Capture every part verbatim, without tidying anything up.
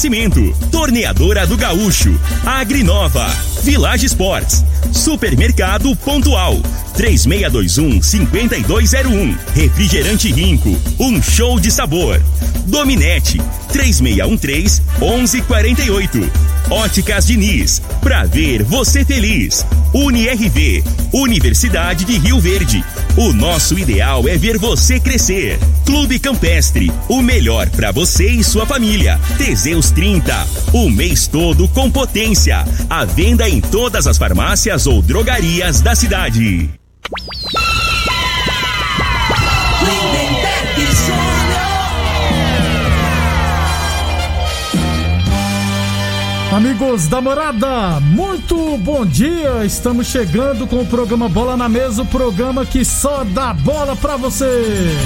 Oferecimento: Torneadora do Gaúcho, Agrinova, Village Sports, Supermercado Pontual, três seis dois um, cinco dois zero um, Refrigerante Rinco, um show de sabor. Dominete, três seis um três, um um quatro oito. Óticas Diniz, pra ver você feliz. Uni R V, Universidade de Rio Verde. O nosso ideal é ver você crescer. Clube Campestre, o melhor pra você e sua família. Teseus trinta, o mês todo com potência. À venda em todas as farmácias ou drogarias da cidade. Amigos da Morada, muito bom dia. Estamos chegando com o programa Bola na Mesa, o programa que só dá bola pra você.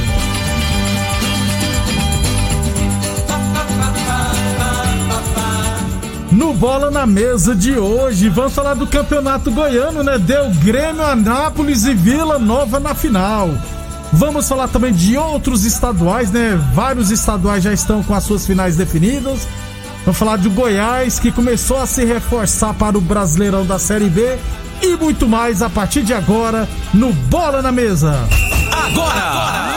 No Bola na Mesa de hoje, vamos falar do Campeonato Goiano, né? Deu Grêmio, Anápolis e Vila Nova na final. Vamos falar também de outros estaduais, né? Vários estaduais já estão com as suas finais definidas. Vamos falar de Goiás, que começou a se reforçar para o Brasileirão da Série B. E muito mais a partir de agora no Bola na Mesa. Agora! agora.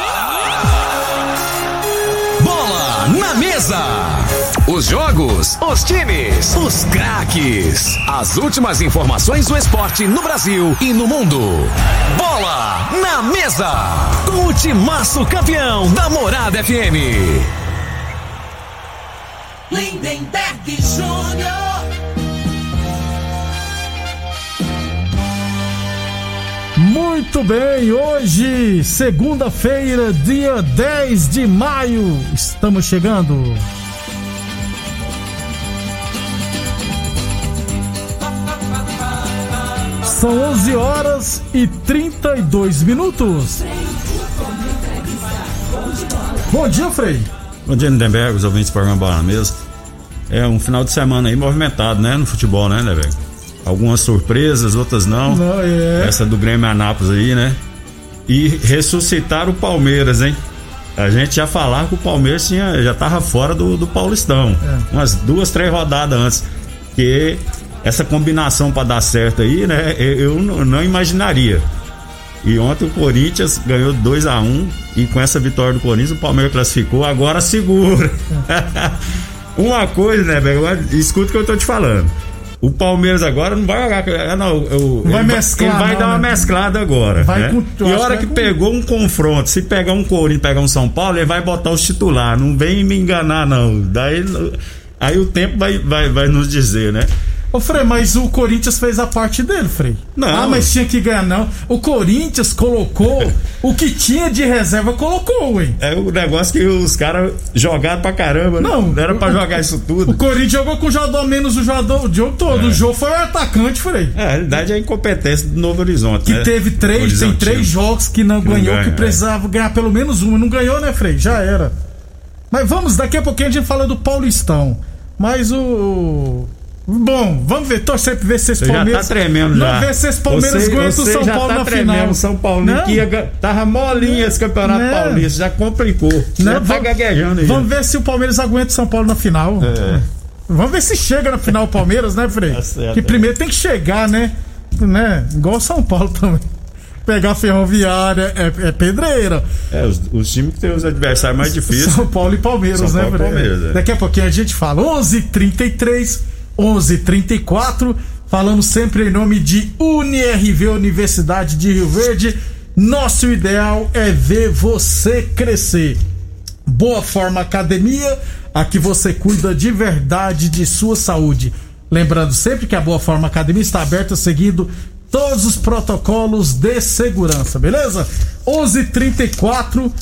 Bola na Mesa! Os jogos, os times, os craques. As últimas informações do esporte no Brasil e no mundo. Bola na Mesa! Com o timaço campeão da Morada F M. Lindenberg Júnior. Muito bem, hoje, segunda-feira, dia dez de maio, estamos chegando. São onze horas e trinta e dois minutos. Bom dia, Frei. Bom dia, Lindenberg, os ouvintes do programa Bola na Mesa. É um final de semana aí movimentado, né, no futebol, né, Lindenberg? Algumas surpresas, outras não. Não, é. Essa do Grêmio Anápolis aí, né? E ressuscitar o Palmeiras, hein? A gente já falava que o Palmeiras tinha, já tava fora do, do Paulistão. É. Umas duas, três rodadas antes. Que essa combinação para dar certo aí, né? Eu não, não imaginaria. E ontem o Corinthians ganhou dois a um e com essa vitória do Corinthians o Palmeiras classificou, agora segura. Uma coisa, né, velho? Escuta o que eu tô te falando. O Palmeiras agora não vai jogar. Não, eu, vai ele mesclar. Ele vai não, dar uma né? mesclada agora. Vai né? com, e a hora que, que pegou um confronto, se pegar um Corinthians, pegar um São Paulo, ele vai botar os titulares. Não vem me enganar, não. Daí aí o tempo vai, vai, vai nos dizer, né? Ô Frei, mas o Corinthians fez a parte dele, Frei. Não. Ah, mas tinha que ganhar, não. O Corinthians colocou o que tinha de reserva, colocou, ué. É o negócio que os caras jogaram pra caramba. Não. Não era pra jogar isso tudo. O Corinthians jogou com o jogador menos o jogador o jogo todo. É. O jogo foi o atacante, Frei. É, a realidade é a incompetência do Novo Horizonte, que né? teve três, tem três jogos que não que ganhou, não ganha, que precisava é. ganhar pelo menos um. Não ganhou, né, Frei? Já era. Mas vamos, daqui a pouquinho a gente fala do Paulistão. Mas o... Bom, vamos ver, torcer pra ver se esse Palmeiras. Já tá tremendo, não já. ver se esse Palmeiras aguenta o São já Paulo tá na tremendo, final. São Paulo, não? Que ia, tava molinho esse campeonato não. paulista, já complicou. Não, já vamos, tá gaguejando aí. Vamos ver se o Palmeiras aguenta o São Paulo na final. É. Vamos ver se chega na final o Palmeiras, né, Frei? Tá certo, que primeiro é. tem que chegar, né? né? Igual o São Paulo também. Pegar a Ferroviária é, é pedreira. É, os, os times que tem os adversários mais difíceis. São Paulo e Palmeiras, São né, Paulo Frei? E Palmeiras, é. Daqui a pouquinho a gente fala. onze e trinta e três, onze e trinta e quatro. Falamos sempre em nome de Uni R V, Universidade de Rio Verde. Nosso ideal é ver você crescer. Boa Forma Academia, aqui você cuida de verdade de sua saúde. Lembrando sempre que a Boa Forma Academia está aberta seguindo todos os protocolos de segurança, beleza? onze e trinta e quatro.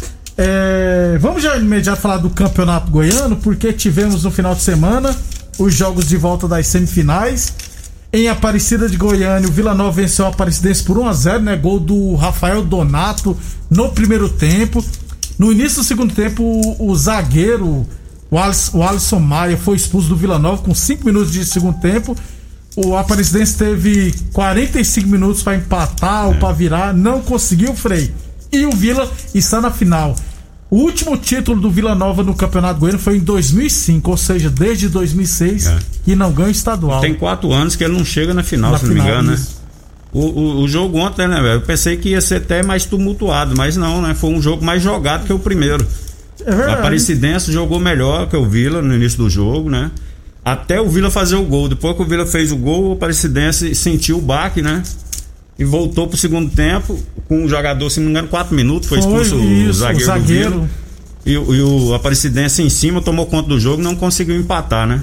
É... Vamos já imediato falar do Campeonato Goiano, porque tivemos no final de semana os jogos de volta das semifinais. Em Aparecida de Goiânia, o Vila Nova venceu a Aparecidense por um a zero, né? Gol do Rafael Donato no primeiro tempo. No início do segundo tempo, o, o zagueiro, o Alisson, o Alisson Maia, foi expulso do Vila Nova com cinco minutos de segundo tempo. O Aparecidense teve quarenta e cinco minutos para empatar ou para virar, não conseguiu, Frei. E o Vila está na final. O último título do Vila Nova no Campeonato Goiano foi em dois mil e cinco, ou seja, desde dois mil e seis é. que não ganha o estadual. Tem quatro anos que ele não chega na final, na se final, não me engano, isso. né? O, o, o jogo ontem, né, velho? Eu pensei que ia ser até mais tumultuado, mas não, né? Foi um jogo mais jogado que o primeiro. É verdade. A Aparecidense jogou melhor que o Vila no início do jogo, né? Até o Vila fazer o gol. Depois que o Vila fez o gol, o Aparecidense sentiu o baque, né? E voltou pro segundo tempo com um jogador, se não me engano, quatro minutos. Foi expulso foi, isso, o zagueiro. O zagueiro. Do Vila, e, e o Aparecidense em cima tomou conta do jogo e não conseguiu empatar, né?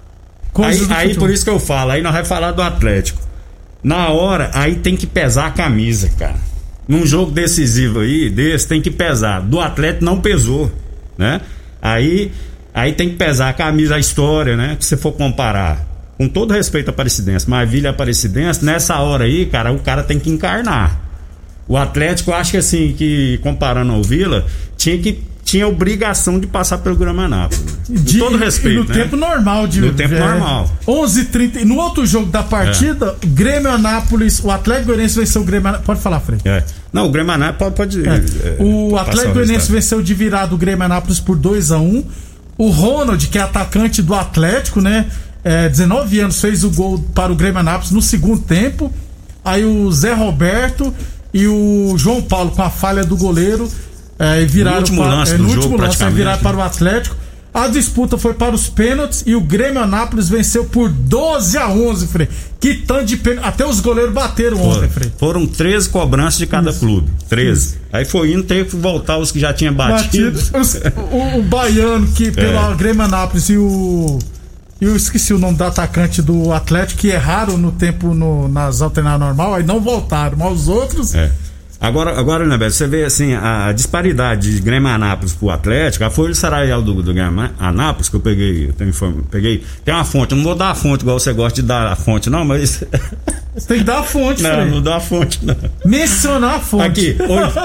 Coisa aí, aí por isso que eu falo, aí nós vamos falar do Atlético. Na hora, aí tem que pesar a camisa, cara. Num jogo decisivo aí, desse, tem que pesar. Do Atlético não pesou, né? Aí, aí tem que pesar a camisa, a história, né? Se você for comparar, com todo respeito à Aparecidense, mas Vila e Aparecidense, nessa hora aí, cara, o cara tem que encarnar. O Atlético, eu acho que assim, que comparando ao Vila, tinha que tinha obrigação de passar pelo Grêmio Anápolis. De todo respeito, no né? tempo normal de No tempo é, normal. onze e trinta No outro jogo da partida, é. Grêmio Anápolis, o Atlético Goianiense venceu o Grêmio Anápolis. Pode falar, Frei. É. Não, o Grêmio Anápolis pode, pode é. É, o Atlético Goianiense venceu de virada o Grêmio Anápolis por dois a um. O Ronald, que é atacante do Atlético, né? É, dezenove anos, fez o gol para o Grêmio Anápolis no segundo tempo. Aí o Zé Roberto e o João Paulo, com a falha do goleiro, É, e viraram no último para, lance é, do no jogo, último lance, é, viraram para o Atlético. A disputa foi para os pênaltis e o Grêmio Anápolis venceu por doze a onze, Frei. Que tanto de pênalti. Até os goleiros bateram For, ontem, Frei. Foram treze cobranças de cada Isso. clube. treze. Isso. Aí foi indo, teve que voltar os que já tinham batido. batido. Os, o, o baiano, que pelo é. Grêmio Anápolis, e o. Eu esqueci o nome do atacante do Atlético, que erraram no tempo no, nas alternadas normal, aí não voltaram. Mas os outros. É. Agora, agora, né, Beto, você vê assim a, a disparidade de Grêmio Anápolis pro Atlético. A folha salarial do, do Grêmio Anápolis, que eu peguei, eu tenho, peguei, tem uma fonte, eu não vou dar a fonte igual você gosta de dar a fonte, não, mas. Você tem que dar a fonte, Não, Frei. não dá a fonte, não. Mencionar a fonte. Aqui,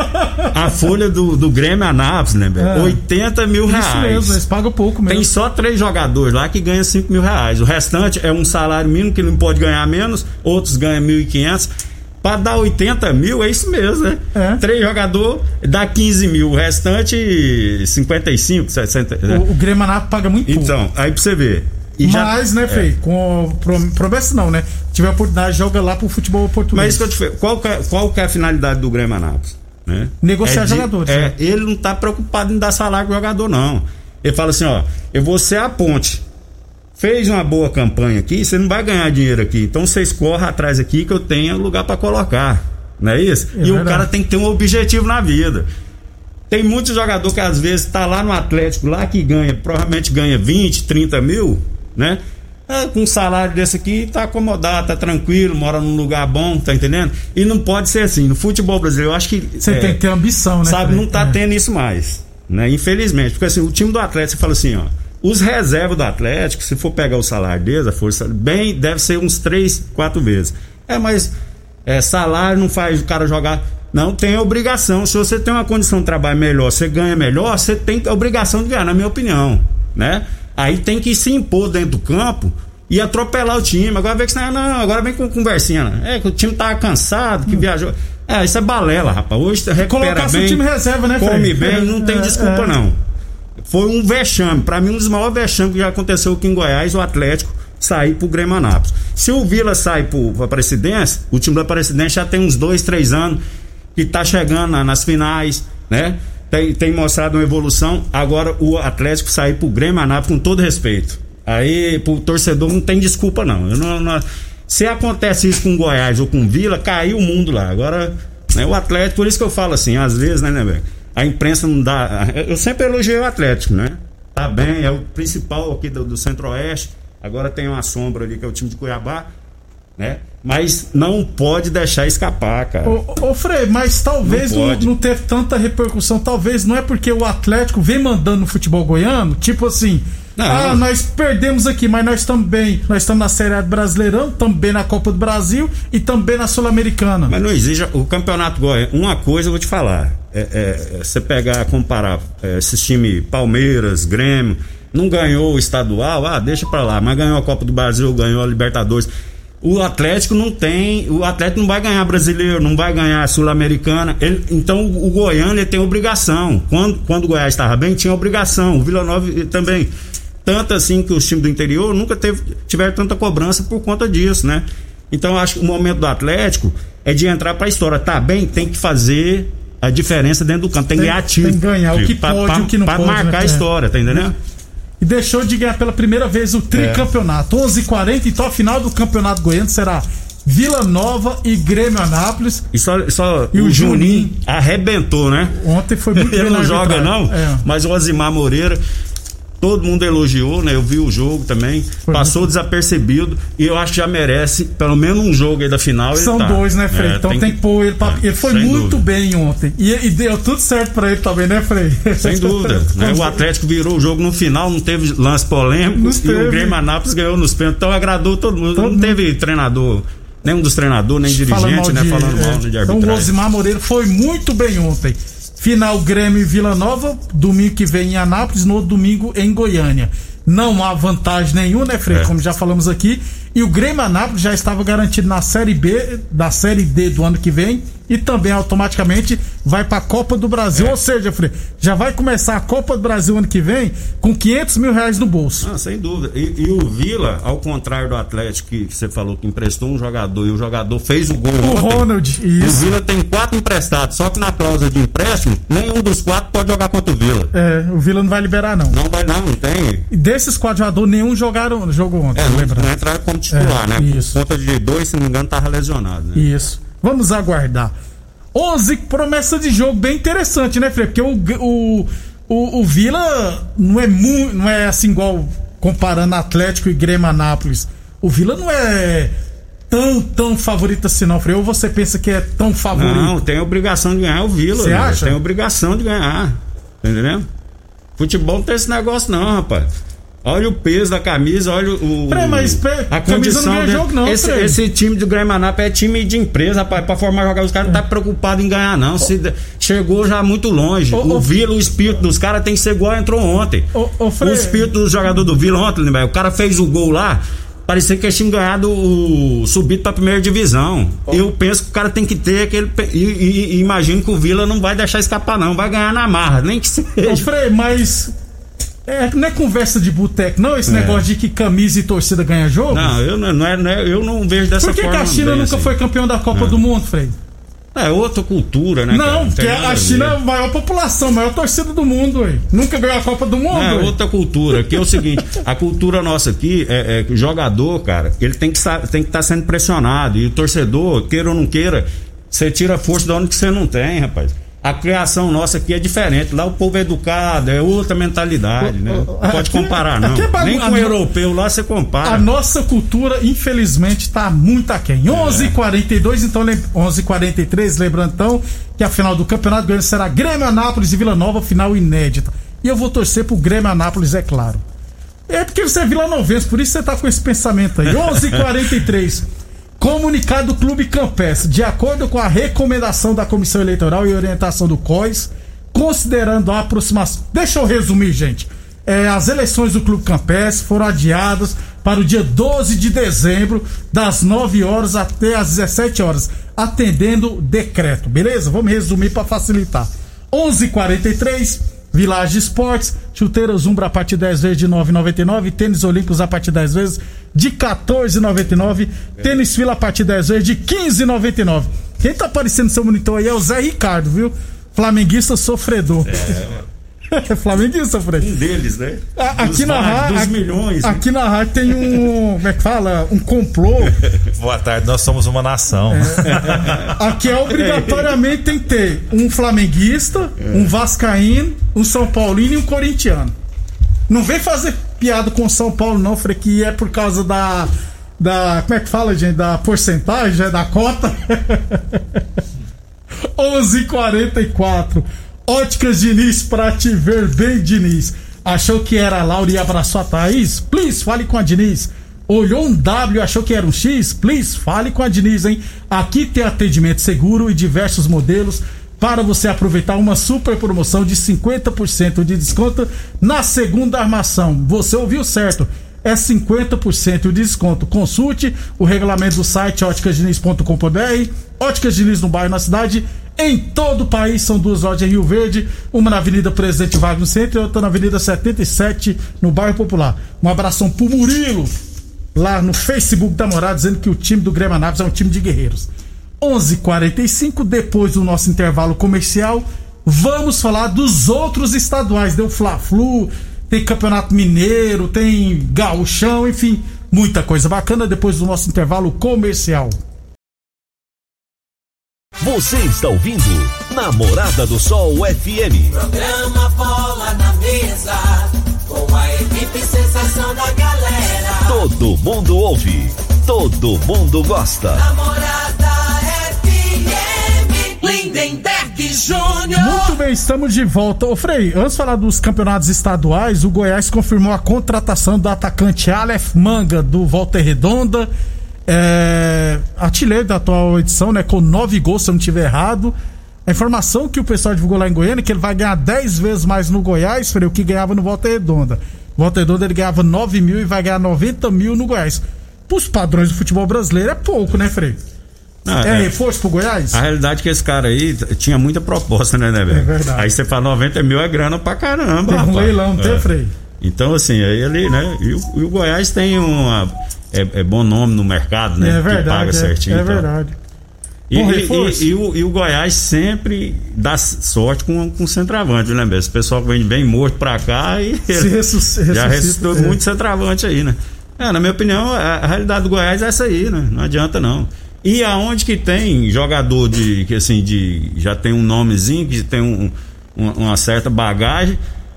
a folha do, do Grêmio Anápolis, né, Beto? É. oitenta mil reais. Isso mesmo, eles pagam pouco mesmo. Tem só três jogadores lá que ganham cinco mil reais. O restante é um salário mínimo que não pode ganhar menos, outros ganham mil e quinhentos. Pra dar oitenta mil, é isso mesmo, né? É. Três jogadores dá quinze mil, o restante cinquenta e cinco, sessenta. Né? O, o Grêmio Anápolis paga muito pouco. Então, aí pra você ver. E Mas, já, né, Fei? É. Com promessa não, né? Tiver a oportunidade, joga lá pro futebol português. Mas isso que eu te falei, qual, que é, qual que é a finalidade do Grêmio Anápolis? Né? Negociar é de, jogadores. É, né? Ele não tá preocupado em dar salário pro jogador, não. Ele fala assim, ó, eu vou ser a ponte. Fez uma boa campanha aqui, você não vai ganhar dinheiro aqui. Então vocês corram atrás aqui que eu tenha lugar para colocar. Não é isso? É e verdade. O cara tem que ter um objetivo na vida. Tem muitos jogadores que às vezes tá lá no Atlético, lá que ganha, provavelmente ganha vinte, trinta mil, né? É, com um salário desse aqui, tá acomodado, tá tranquilo, mora num lugar bom, tá entendendo? E não pode ser assim. No futebol brasileiro, eu acho que. Você é, tem que ter ambição, né? Sabe, não tá é. tendo isso mais, né? Infelizmente. Porque assim, o time do Atlético, você fala assim, ó. Os reservas do Atlético, se for pegar o salário deles, a força, bem, deve ser uns três, quatro vezes. É, mas é, salário não faz o cara jogar. Não tem obrigação. Se você tem uma condição de trabalho melhor, você ganha melhor, você tem a obrigação de ganhar, na minha opinião, né? Aí tem que se impor dentro do campo e atropelar o time. Agora vem que não, não, agora vem com conversinha, né? É que o time tava cansado, que hum. viajou. É, isso é balela, rapaz. Hoje recupera Colocar bem, o time reserva, né, come bem, não tem é, desculpa é. não. Foi um vexame, pra mim um dos maiores vexames que já aconteceu aqui em Goiás, o Atlético sair pro Grêmio Anápolis. Se o Vila sai pro, pro Aparecidense, o time do Aparecidense já tem uns dois, três anos que tá chegando na, nas finais, né? Tem, tem mostrado uma evolução. Agora o Atlético sair pro Grêmio Anápolis, com todo respeito. Aí pro torcedor não tem desculpa não. Eu não, não se acontece isso com Goiás ou com Vila, caiu o mundo lá. Agora, né, o Atlético, por isso que eu falo assim, às vezes, né, né, velho? A imprensa não dá. Eu sempre elogiei o Atlético, né? Tá bem, é o principal aqui do, do Centro-Oeste. Agora tem uma sombra ali que é o time de Cuiabá, né? Mas não pode deixar escapar, cara. Ô, ô Frei, mas talvez não, não, não teve tanta repercussão. Talvez não é porque o Atlético vem mandando no futebol goiano, tipo assim. Não. Ah, nós perdemos aqui, mas nós estamos bem. Nós estamos na Série A do Brasileirão, também na Copa do Brasil e também na Sul-Americana. Mas não exige o campeonato goiano. Uma coisa eu vou te falar. É, é, é você pegar, comparar é, esses times Palmeiras, Grêmio, não ganhou o estadual, ah, deixa pra lá, mas ganhou a Copa do Brasil, ganhou a Libertadores. o Atlético não tem, o Atlético não vai ganhar brasileiro, não vai ganhar sul-americana, ele, então o, o Goiânia tem obrigação, quando, quando o Goiás estava bem tinha obrigação, o Vila Nova também, tanto assim que os times do interior nunca teve, tiveram tanta cobrança por conta disso, né? Então eu acho que o momento do Atlético é de entrar pra história, tá bem, tem que fazer a diferença dentro do campo, tem que ganhar título, tem que ganhar o que pra, pode e o que não pra pode, marcar, né? A história, tá entendendo? E deixou de ganhar pela primeira vez o tricampeonato. É. onze e quarenta, então a final do campeonato goiano será Vila Nova e Grêmio Anápolis. E, só, só e o, o Juninho, Juninho arrebentou, né? Ontem foi muito Ele bem. Ele não joga não, é. Mas o Osimar Moreira, todo mundo elogiou, né? Eu vi o jogo também, foi passou muito desapercebido e eu acho que já merece pelo menos um jogo aí da final. São tá. dois, né, Frei? É, então tem que, que pôr ele pra... é, ele foi muito dúvida. bem ontem e, e deu tudo certo pra ele também, né, Frei? Sem dúvida, né? O Atlético virou o jogo no final, não teve lance polêmico e teve. O Grêmio Anápolis ganhou nos pênaltis, então agradou todo mundo, todo não mundo. Teve treinador, nenhum dos treinadores, nem dirigente, né, de, falando é. mal de arbitragem. Então o Osimar Moreira foi muito bem ontem. Final Grêmio e Vila Nova, domingo que vem em Anápolis, no outro domingo em Goiânia. Não há vantagem nenhuma, né, Frei? É. Como já falamos aqui. E o Grêmio Anápolis já estava garantido na Série B, da Série D do ano que vem. E também automaticamente vai para a Copa do Brasil. É. Ou seja, Frei, já vai começar a Copa do Brasil ano que vem com quinhentos mil reais no bolso. Ah, sem dúvida. E, e o Vila, ao contrário do Atlético, que você falou que emprestou um jogador e o jogador fez o gol. O ontem. Ronald, isso. O Vila tem quatro emprestados, só que na cláusula de empréstimo, nenhum dos quatro pode jogar contra o Vila. É, o Vila não vai liberar, não. Não vai, não, não tem. E desses quatro jogadores, nenhum jogaram, jogou ontem. É, não, não entraram como titular, é, né? Isso. Por conta de dois, se não me engano, tava lesionado. Né? Isso. Vamos aguardar. onze, promessa de jogo bem interessante, né, Frei? Porque o, o, o, o Vila não é, mu, não é assim igual comparando Atlético e Grêmio Anápolis. O Vila não é tão, tão favorito assim, não, Frei? Ou você pensa que é tão favorito? Não, tem obrigação de ganhar o Vila. Você acha? Tem obrigação de ganhar. Tá entendendo? Futebol não tem esse negócio, não, rapaz. Olha o peso da camisa, olha o. Pré, mas pré, a condição não ganha de, jogo, não, esse, esse time do Grêmio Anápolis é time de empresa, rapaz, pra formar jogadores. Os caras não estão é. preocupados em ganhar, não. Se, chegou já muito longe. Oh, o oh, Vila, o espírito dos caras tem que ser igual entrou ontem. Oh, oh, o espírito do jogador do Vila ontem, né, o cara fez o gol lá. Parecia que eles tinham ganhado o subido pra primeira divisão. Oh. Eu penso que o cara tem que ter aquele. E, e, e imagino que o Vila não vai deixar escapar, não. Vai ganhar na marra, nem que seja. Ô, Frei, mas. É, não é conversa de boteco, não? Esse é. negócio de que camisa e torcida ganha jogo? Não, eu não, não, é, não é, eu não vejo dessa forma. Por que, forma, que a China nunca assim. foi campeão da Copa não. do Mundo, Frei? É outra cultura, né? Não, porque a, a China é a maior população, a maior torcida do mundo, ué. Nunca ganhou a Copa do Mundo, não, é ué. outra cultura, que é o seguinte, a cultura nossa aqui é, é jogador, cara, ele tem que estar tem que tá sendo pressionado, e o torcedor, queira ou não queira, você tira força de onde que você não tem, rapaz. A criação nossa aqui é diferente. Lá o povo é educado, é outra mentalidade, né? Não pode comparar, não. É nem com o europeu lá você compara. A nossa cultura, infelizmente, está muito aquém. É. onze e quarenta e dois, então, onze e quarenta e três, lembrando então que a final do Campeonato Goiano será Grêmio Anápolis e Vila Nova, final inédita. E eu vou torcer pro Grêmio Anápolis, é claro. É porque você é vilanovense, por isso você tá com esse pensamento aí. onze e quarenta e três. Comunicado do Clube Campestre, de acordo com a recomendação da Comissão Eleitoral e orientação do C O I S, considerando a aproximação. Deixa eu resumir, gente. É, as eleições do Clube Campestre foram adiadas para o dia doze de dezembro, das nove horas até as dezessete horas, atendendo decreto, beleza? Vamos resumir para facilitar. onze e quarenta e três. Village Esportes, chuteiras Umbra a partir de dez vezes de nove reais e noventa e nove centavos, tênis Olímpicos a partir de dez vezes de quatorze reais e noventa e nove centavos, tênis Fila a partir de dez vezes de quinze reais e noventa e nove centavos. Quem tá aparecendo no seu monitor aí é o Zé Ricardo, viu? Flamenguista sofredor. É, é flamenguista, Fred. Um deles, né? A, aqui dos na rádio. Dos milhões. Aqui na rádio tem um. Como é que fala? Um complô. Boa tarde, nós somos uma nação. É. Aqui é obrigatoriamente tem que ter um flamenguista, é. um vascaíno, um São Paulino e um corintiano. Não vem fazer piada com São Paulo, não, Fred, que é por causa da. da como é que fala, gente? Da porcentagem, da cota. onze e quarenta e quatro. Óticas Diniz, pra te ver bem, Diniz. Achou que era a Laura e abraçou a Thaís? Please, fale com a Diniz. Olhou um W, achou que era um X? Please, fale com a Diniz, hein? Aqui tem atendimento seguro e diversos modelos para você aproveitar uma super promoção de cinquenta por cento de desconto na segunda armação. Você ouviu certo? é cinquenta por cento de desconto. Consulte o regulamento do site óticas diniz ponto com ponto br. Óticas Diniz no bairro, na cidade, em todo o país. São duas lojas em Rio Verde, uma na Avenida Presidente Vargas no centro e outra na Avenida setenta e sete no bairro Popular. Um abração pro Murilo lá no Facebook da Morada, dizendo que o time do Grêmio Anápolis é um time de guerreiros. onze e quarenta e cinco, depois do nosso intervalo comercial, vamos falar dos outros estaduais. Deu Fla-Flu, tem Campeonato Mineiro, tem Gauchão, enfim, muita coisa bacana depois do nosso intervalo comercial. Você está ouvindo Namorada do Sol F M. Programa Bola na Mesa, com a equipe sensação da galera. Todo mundo ouve, todo mundo gosta. Namorada F M, Lindenberg Júnior. Muito bem, estamos de volta. Ô Frei, antes de falar dos campeonatos estaduais, o Goiás confirmou a contratação do atacante Aleph Manga, do Volta Redonda. É, artilheiro da atual edição, né, com nove gols, se eu não estiver errado. A informação que o pessoal divulgou lá em Goiânia é que ele vai ganhar dez vezes mais no Goiás, Frei, o que ganhava no Volta Redonda. Volta Redonda ele ganhava nove mil e vai ganhar noventa mil no Goiás. Pros padrões do futebol brasileiro é pouco, né, Frei? Não, é, é reforço pro Goiás? A realidade é que esse cara aí tinha muita proposta, né, né, velho? É verdade. Aí você fala noventa mil é grana pra caramba, Tem um rapaz. leilão, não tem, É. Frei? Então, assim, aí ele, né? E o, e o Goiás tem uma. É, é bom nome no mercado, né? É verdade, que paga é, certinho. é e tal. verdade. E, Bom e, reforço. e, e, o, e o Goiás sempre dá sorte com, com centroavante, né, Esse pessoal que vem bem morto pra cá e Se ele ressusc- já ressuscita, ressuscitou é. muito centroavante aí, né? É, na minha opinião, a, a realidade do Goiás é essa aí, né? Não adianta não. E aonde que tem jogador de que assim de já tem um nomezinho, que tem um, um, uma certa bagagem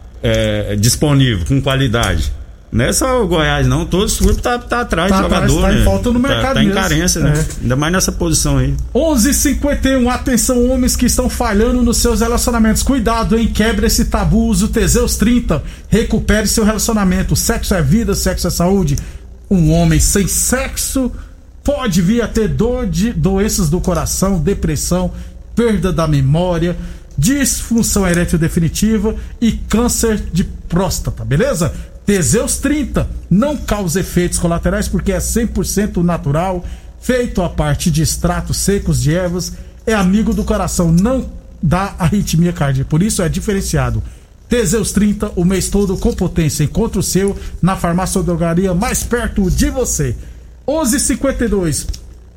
é, disponível com qualidade. Não é só o Goiás não, todos os clubes tá, tá atrás Tá de atrás, jogador, tá em né? falta no Tá- mercado tá, em mesmo. carência, né? É. Ainda mais nessa posição aí. onze e cinquenta e um, atenção homens que estão falhando nos seus relacionamentos. Cuidado, hein? Quebre esse tabu, use o Teseus trinta. Recupere seu relacionamento. Sexo é vida, sexo é saúde. Um homem sem sexo pode vir a ter dor de doenças do coração, depressão, perda da memória, disfunção erétil definitiva e câncer de próstata, beleza? Teseus trinta não causa efeitos colaterais porque é cem por cento natural, feito a partir de extratos secos de ervas, é amigo do coração, não dá arritmia cardíaca, por isso é diferenciado. Teseus trinta, o mês todo com potência. Encontre o seu na farmácia ou drogaria mais perto de você. onze e cinquenta e dois.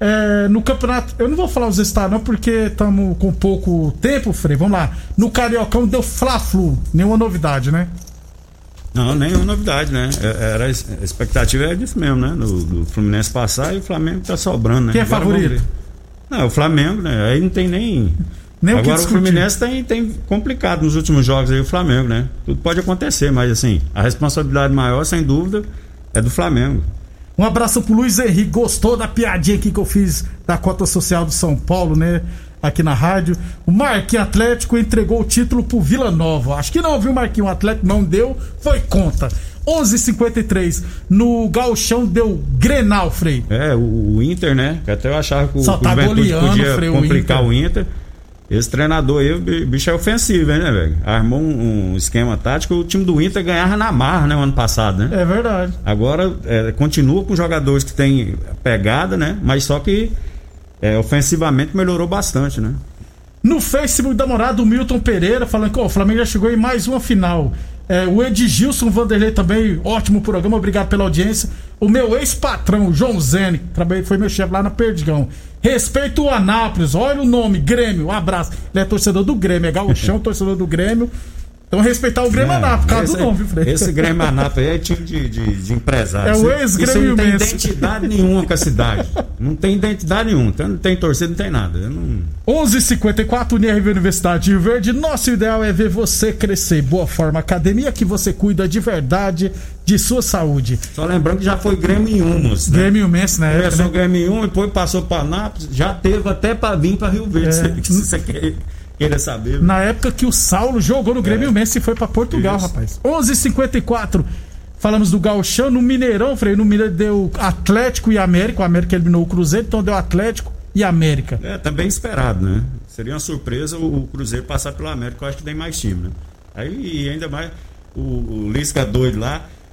É, no campeonato, eu não vou falar os estados não, porque estamos com pouco tempo, Frei. Vamos lá. No Cariocão deu Fla-Flu, nenhuma novidade, né? Não, nenhuma novidade, né? É- Era, a expectativa era disso mesmo, né? Do, do Fluminense passar e o Flamengo tá sobrando, né? Quem é Agora favorito? vamos ver. Não, o Flamengo, né? Aí não tem nem. Nem o que Agora o discutir. Fluminense tem, tem complicado nos últimos jogos aí o Flamengo, né? Tudo pode acontecer, mas assim, a responsabilidade maior, sem dúvida, é do Flamengo. Um abraço pro Luiz Henrique. Gostou da piadinha aqui que eu fiz da cota social do São Paulo, né? Aqui na rádio. O Marquinhos Atlético entregou o título pro Vila Nova. Acho que não, viu, Marquinhos? O Atlético não deu, foi conta. onze e cinquenta e três. No Gauchão deu Grenal, Frei. É, o, o Inter, né? Que até eu achava que o, Só que tá o Juventude goleando, podia Frei, o complicar Inter. o Inter. Esse treinador aí, o bi- bicho é ofensivo, né, velho? Armou um, um esquema tático. O time do Inter ganhava na marra, né, o ano passado, né? É verdade. Agora, é, continua com jogadores que têm pegada, né? Mas só que é, ofensivamente melhorou bastante, né? No Facebook da Morada, o Milton Pereira falando que ó, o Flamengo já chegou em mais uma final. É, o Edgilson Vanderlei também, ótimo programa, obrigado pela audiência. O meu ex-patrão, João Zene, que trabalhei, foi meu chefe lá na Perdigão. Respeito o Anápolis, olha o nome, Grêmio, um abraço. Ele é torcedor do Grêmio, é gauchão, torcedor do Grêmio. Então respeitar o Grêmio Anápolis, por causa esse, do nome, viu, Frei? esse Grêmio Anápolis aí é time de, de, de empresário. É o Isso- ex-Grêmio Isso não tem imenso. identidade nenhuma com a cidade. Não tem identidade nenhuma. Então, não tem torcida, não tem nada. Eu não... onze e cinquenta e quatro, N R V Universidade de Rio Verde. Nosso ideal é ver você crescer. Boa Forma Academia, que você cuida de verdade de sua saúde. Só lembrando que já foi Grêmio em Umas, né? Grêmio imenso, né? Começou né? o Grêmio em um, depois passou para Anápolis, já teve até para vir para Rio Verde. É. Se você quer- queira saber. Na época que o Saulo jogou no Grêmio Imenso e foi pra Portugal, Isso. rapaz. onze e cinquenta e quatro. Falamos do Gauchão. No Mineirão, Frei, no Mineirão deu Atlético e América. O América eliminou o Cruzeiro, então deu Atlético e América. É, também esperado, né? Seria uma surpresa o, o Cruzeiro passar pelo América, eu acho que tem mais time, né? Aí e ainda mais o, o Lisca doido lá,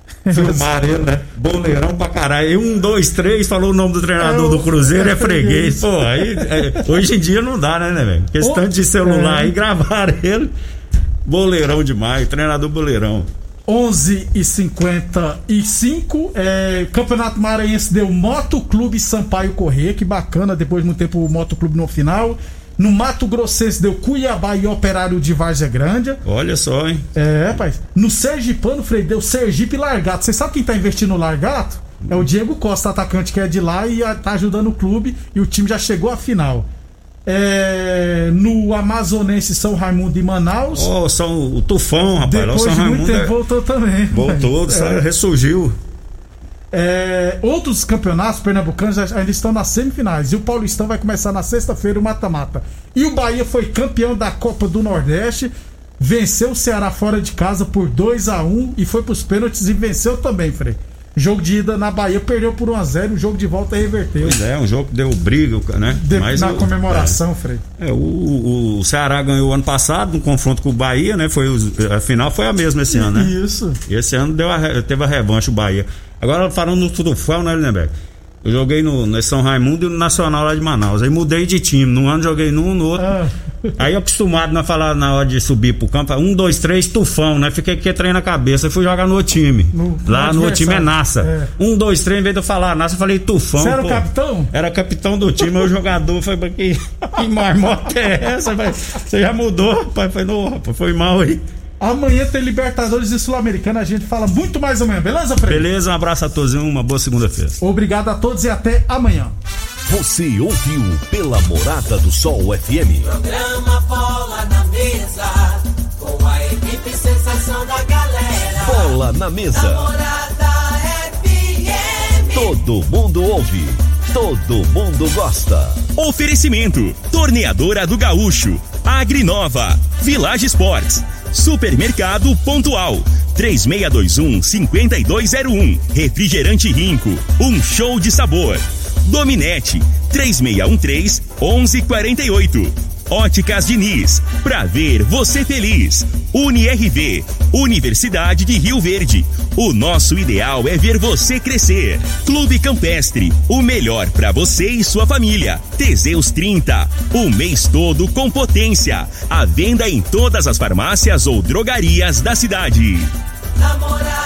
Filmaram ele, né? Boleirão pra caralho. E um, dois, três, falou o nome do treinador é, do Cruzeiro, é, é freguês. Pô, aí, é, hoje em dia não dá, né, né, velho? Questão de celular é. aí, gravaram ele. Boleirão demais, treinador boleirão. onze e cinquenta e cinco, é, Campeonato Maranhense deu Motoclube Sampaio Corrêa, que bacana, depois de muito tempo o Motoclube no final. No Mato Grossense deu Cuiabá e Operário de Várzea Grande. Olha só, hein? É, rapaz. No Sergipano, Frei, deu Sergipe e Largato. Você sabe quem tá investindo no Largato? É o Diego Costa, atacante que é de lá e tá ajudando o clube. E o time já chegou à final. É, no Amazonense São Raimundo de Manaus. Oh, São, o Tufão, rapaz. Depois São de muito Raimundo tempo é... voltou também. Voltou, é. ressurgiu. É, outros campeonatos pernambucanos ainda estão nas semifinais. E o Paulistão vai começar na sexta-feira o mata-mata. E o Bahia foi campeão da Copa do Nordeste. Venceu o Ceará fora de casa por dois a um e foi pros pênaltis e venceu também, Frei. Jogo de ida na Bahia perdeu por um a zero, o jogo de volta reverteu. Pois é, um jogo que deu briga, né? De, Mas na o, comemoração, é, Frei. É, o, o Ceará ganhou ano passado no confronto com o Bahia, né? Foi, a final foi a mesma esse ano, né? Isso. E esse ano deu a, teve a revanche o Bahia. Agora falando no Tufão, né, Lindenberg? Eu joguei no, no São Raimundo e no Nacional lá de Manaus. Aí mudei de time. Num ano joguei num, no outro. Ah. Aí acostumado a falar na hora de subir pro campo, um, dois, três, Tufão, né? Fiquei com trem na cabeça. Fui jogar no outro time. No, lá no, no outro time é Nassa. É. Um, dois, três, em vez de eu falar Nassa, eu falei Tufão. Você era pô. o capitão? Era capitão do time. Aí o jogador foi pra que, que marmota é essa? Você já mudou, rapaz? Foi, não, rapaz, foi mal aí. Amanhã tem Libertadores e Sul-Americana. A gente fala muito mais amanhã, beleza, Fred? Beleza, um abraço a todos e uma boa segunda-feira. Obrigado a todos e até amanhã. Você ouviu pela Morada do Sol F M. Programa Bola na Mesa, com a equipe sensação da galera. Bola na Mesa. Da Morada F M. Todo mundo ouve, todo mundo gosta. Oferecimento: Torneadora do Gaúcho, Agrinova, Village Sports, Supermercado Pontual, três seis dois um, cinco dois zero um, Refrigerante Rinco, um show de sabor. Dominete, três seis um três, um um quatro oito. Óticas Diniz, pra ver você feliz. Uni R V, Universidade de Rio Verde. O nosso ideal é ver você crescer. Clube Campestre, o melhor pra você e sua família. Teseus trinta, o mês todo com potência. À venda em todas as farmácias ou drogarias da cidade. Namorada.